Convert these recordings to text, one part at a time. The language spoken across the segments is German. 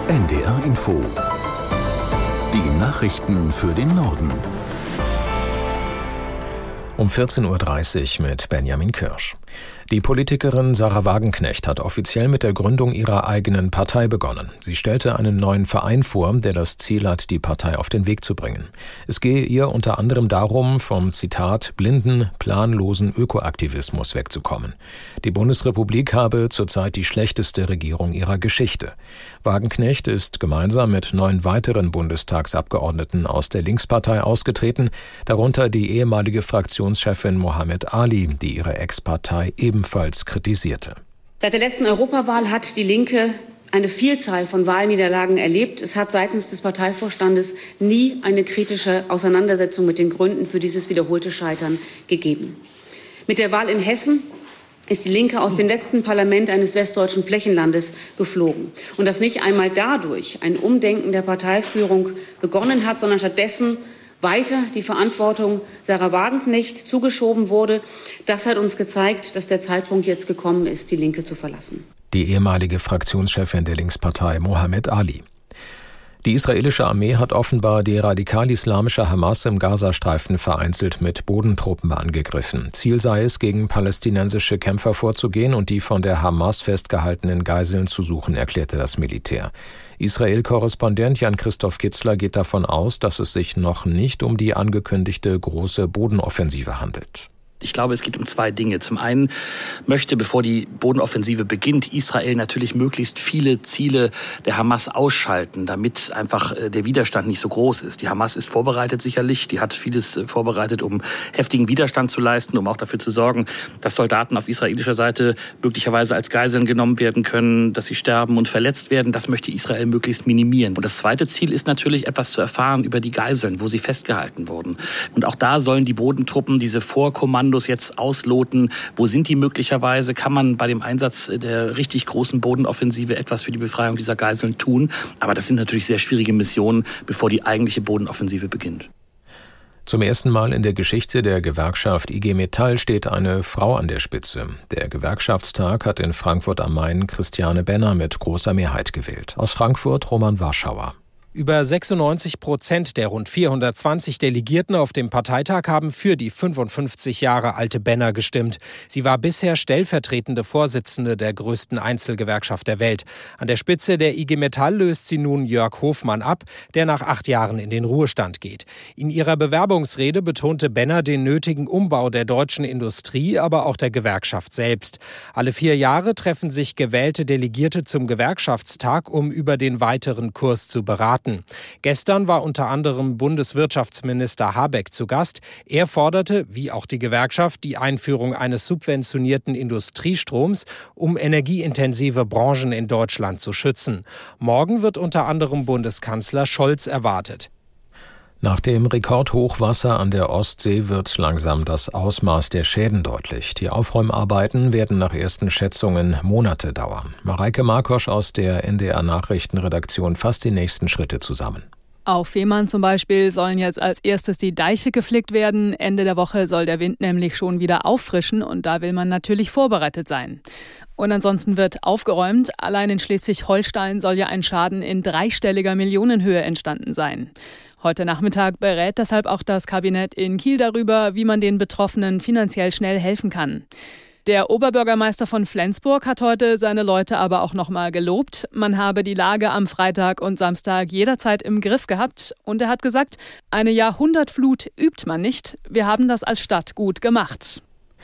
NDR Info. Die Nachrichten für den Norden. Um 14.30 Uhr mit Benjamin Kirsch. Die Politikerin Sahra Wagenknecht hat offiziell mit der Gründung ihrer eigenen Partei begonnen. Sie stellte einen neuen Verein vor, der das Ziel hat, die Partei auf den Weg zu bringen. Es gehe ihr unter anderem darum, vom Zitat blinden, planlosen Ökoaktivismus wegzukommen. Die Bundesrepublik habe zurzeit die schlechteste Regierung ihrer Geschichte. Wagenknecht ist gemeinsam mit 9 weiteren Bundestagsabgeordneten aus der Linkspartei ausgetreten, darunter die ehemalige Fraktionschefin Mohammed Ali, die ihre Ex-Partei ebenfalls kritisierte. Seit der letzten Europawahl hat die Linke eine Vielzahl von Wahlniederlagen erlebt. Es hat seitens des Parteivorstandes nie eine kritische Auseinandersetzung mit den Gründen für dieses wiederholte Scheitern gegeben. Mit der Wahl in Hessen ist die Linke aus dem letzten Parlament eines westdeutschen Flächenlandes geflogen. Und dass nicht einmal dadurch ein Umdenken der Parteiführung begonnen hat, sondern stattdessen weiter die Verantwortung Sahra Wagenknecht zugeschoben wurde, das hat uns gezeigt, dass der Zeitpunkt jetzt gekommen ist, die Linke zu verlassen. Die ehemalige Fraktionschefin der Linkspartei Mohammed Ali. Die israelische Armee hat offenbar die radikal-islamische Hamas im Gazastreifen vereinzelt mit Bodentruppen angegriffen. Ziel sei es, gegen palästinensische Kämpfer vorzugehen und die von der Hamas festgehaltenen Geiseln zu suchen, erklärte das Militär. Israel-Korrespondent Jan-Christoph Kitzler geht davon aus, dass es sich noch nicht um die angekündigte große Bodenoffensive handelt. Ich glaube, es geht um 2 Dinge. Zum einen möchte, bevor die Bodenoffensive beginnt, Israel natürlich möglichst viele Ziele der Hamas ausschalten, damit einfach der Widerstand nicht so groß ist. Die Hamas ist vorbereitet sicherlich, die hat vieles vorbereitet, um heftigen Widerstand zu leisten, um auch dafür zu sorgen, dass Soldaten auf israelischer Seite möglicherweise als Geiseln genommen werden können, dass sie sterben und verletzt werden. Das möchte Israel möglichst minimieren. Und das zweite Ziel ist natürlich, etwas zu erfahren über die Geiseln, wo sie festgehalten wurden. Und auch da sollen die Bodentruppen diese Vorkommandos jetzt ausloten. Wo sind die möglicherweise? Kann man bei dem Einsatz der richtig großen Bodenoffensive etwas für die Befreiung dieser Geiseln tun? Aber das sind natürlich sehr schwierige Missionen, bevor die eigentliche Bodenoffensive beginnt. Zum ersten Mal in der Geschichte der Gewerkschaft IG Metall steht eine Frau an der Spitze. Der Gewerkschaftstag hat in Frankfurt am Main Christiane Benner mit großer Mehrheit gewählt. Aus Frankfurt Roman Warschauer. Über 96% der rund 420 Delegierten auf dem Parteitag haben für die 55 Jahre alte Benner gestimmt. Sie war bisher stellvertretende Vorsitzende der größten Einzelgewerkschaft der Welt. An der Spitze der IG Metall löst sie nun Jörg Hofmann ab, der nach 8 Jahren in den Ruhestand geht. In ihrer Bewerbungsrede betonte Benner den nötigen Umbau der deutschen Industrie, aber auch der Gewerkschaft selbst. Alle 4 Jahre treffen sich gewählte Delegierte zum Gewerkschaftstag, um über den weiteren Kurs zu beraten. Gestern war unter anderem Bundeswirtschaftsminister Habeck zu Gast. Er forderte, wie auch die Gewerkschaft, die Einführung eines subventionierten Industriestroms, um energieintensive Branchen in Deutschland zu schützen. Morgen wird unter anderem Bundeskanzler Scholz erwartet. Nach dem Rekordhochwasser an der Ostsee wird langsam das Ausmaß der Schäden deutlich. Die Aufräumarbeiten werden nach ersten Schätzungen Monate dauern. Mareike Markosch aus der NDR-Nachrichtenredaktion fasst die nächsten Schritte zusammen. Auf Fehmarn zum Beispiel sollen jetzt als erstes die Deiche geflickt werden. Ende der Woche soll der Wind nämlich schon wieder auffrischen und da will man natürlich vorbereitet sein. Und ansonsten wird aufgeräumt. Allein in Schleswig-Holstein soll ja ein Schaden in 3-stelliger Millionenhöhe entstanden sein. Heute Nachmittag berät deshalb auch das Kabinett in Kiel darüber, wie man den Betroffenen finanziell schnell helfen kann. Der Oberbürgermeister von Flensburg hat heute seine Leute aber auch nochmal gelobt. Man habe die Lage am Freitag und Samstag jederzeit im Griff gehabt. Und er hat gesagt, eine Jahrhundertflut übt man nicht. Wir haben das als Stadt gut gemacht.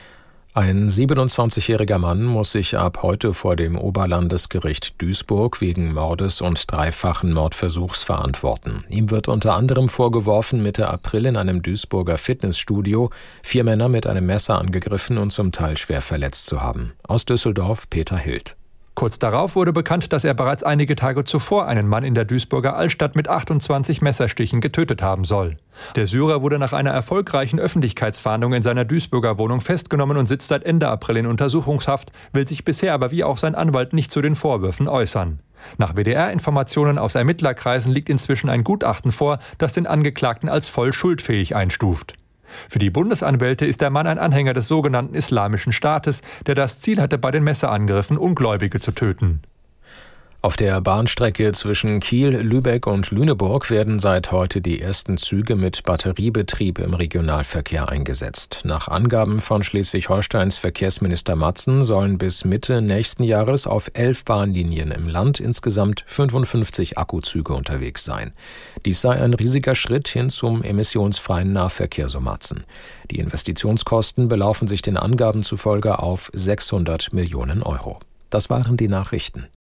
Ein 27-jähriger Mann muss sich ab heute vor dem Oberlandesgericht Duisburg wegen Mordes und 3-fachen Mordversuchs verantworten. Ihm wird unter anderem vorgeworfen, Mitte April in einem Duisburger Fitnessstudio 4 Männer mit einem Messer angegriffen und zum Teil schwer verletzt zu haben. Aus Düsseldorf Peter Hild. Kurz darauf wurde bekannt, dass er bereits einige Tage zuvor einen Mann in der Duisburger Altstadt mit 28 Messerstichen getötet haben soll. Der Syrer wurde nach einer erfolgreichen Öffentlichkeitsfahndung in seiner Duisburger Wohnung festgenommen und sitzt seit Ende April in Untersuchungshaft, will sich bisher aber wie auch sein Anwalt nicht zu den Vorwürfen äußern. Nach WDR-Informationen aus Ermittlerkreisen liegt inzwischen ein Gutachten vor, das den Angeklagten als voll schuldfähig einstuft. Für die Bundesanwälte ist der Mann ein Anhänger des sogenannten Islamischen Staates, der das Ziel hatte, bei den Messerangriffen Ungläubige zu töten. Auf der Bahnstrecke zwischen Kiel, Lübeck und Lüneburg werden seit heute die ersten Züge mit Batteriebetrieb im Regionalverkehr eingesetzt. Nach Angaben von Schleswig-Holsteins Verkehrsminister Matzen sollen bis Mitte nächsten Jahres auf 11 Bahnlinien im Land insgesamt 55 Akkuzüge unterwegs sein. Dies sei ein riesiger Schritt hin zum emissionsfreien Nahverkehr, so Matzen. Die Investitionskosten belaufen sich den Angaben zufolge auf 600 Millionen Euro. Das waren die Nachrichten.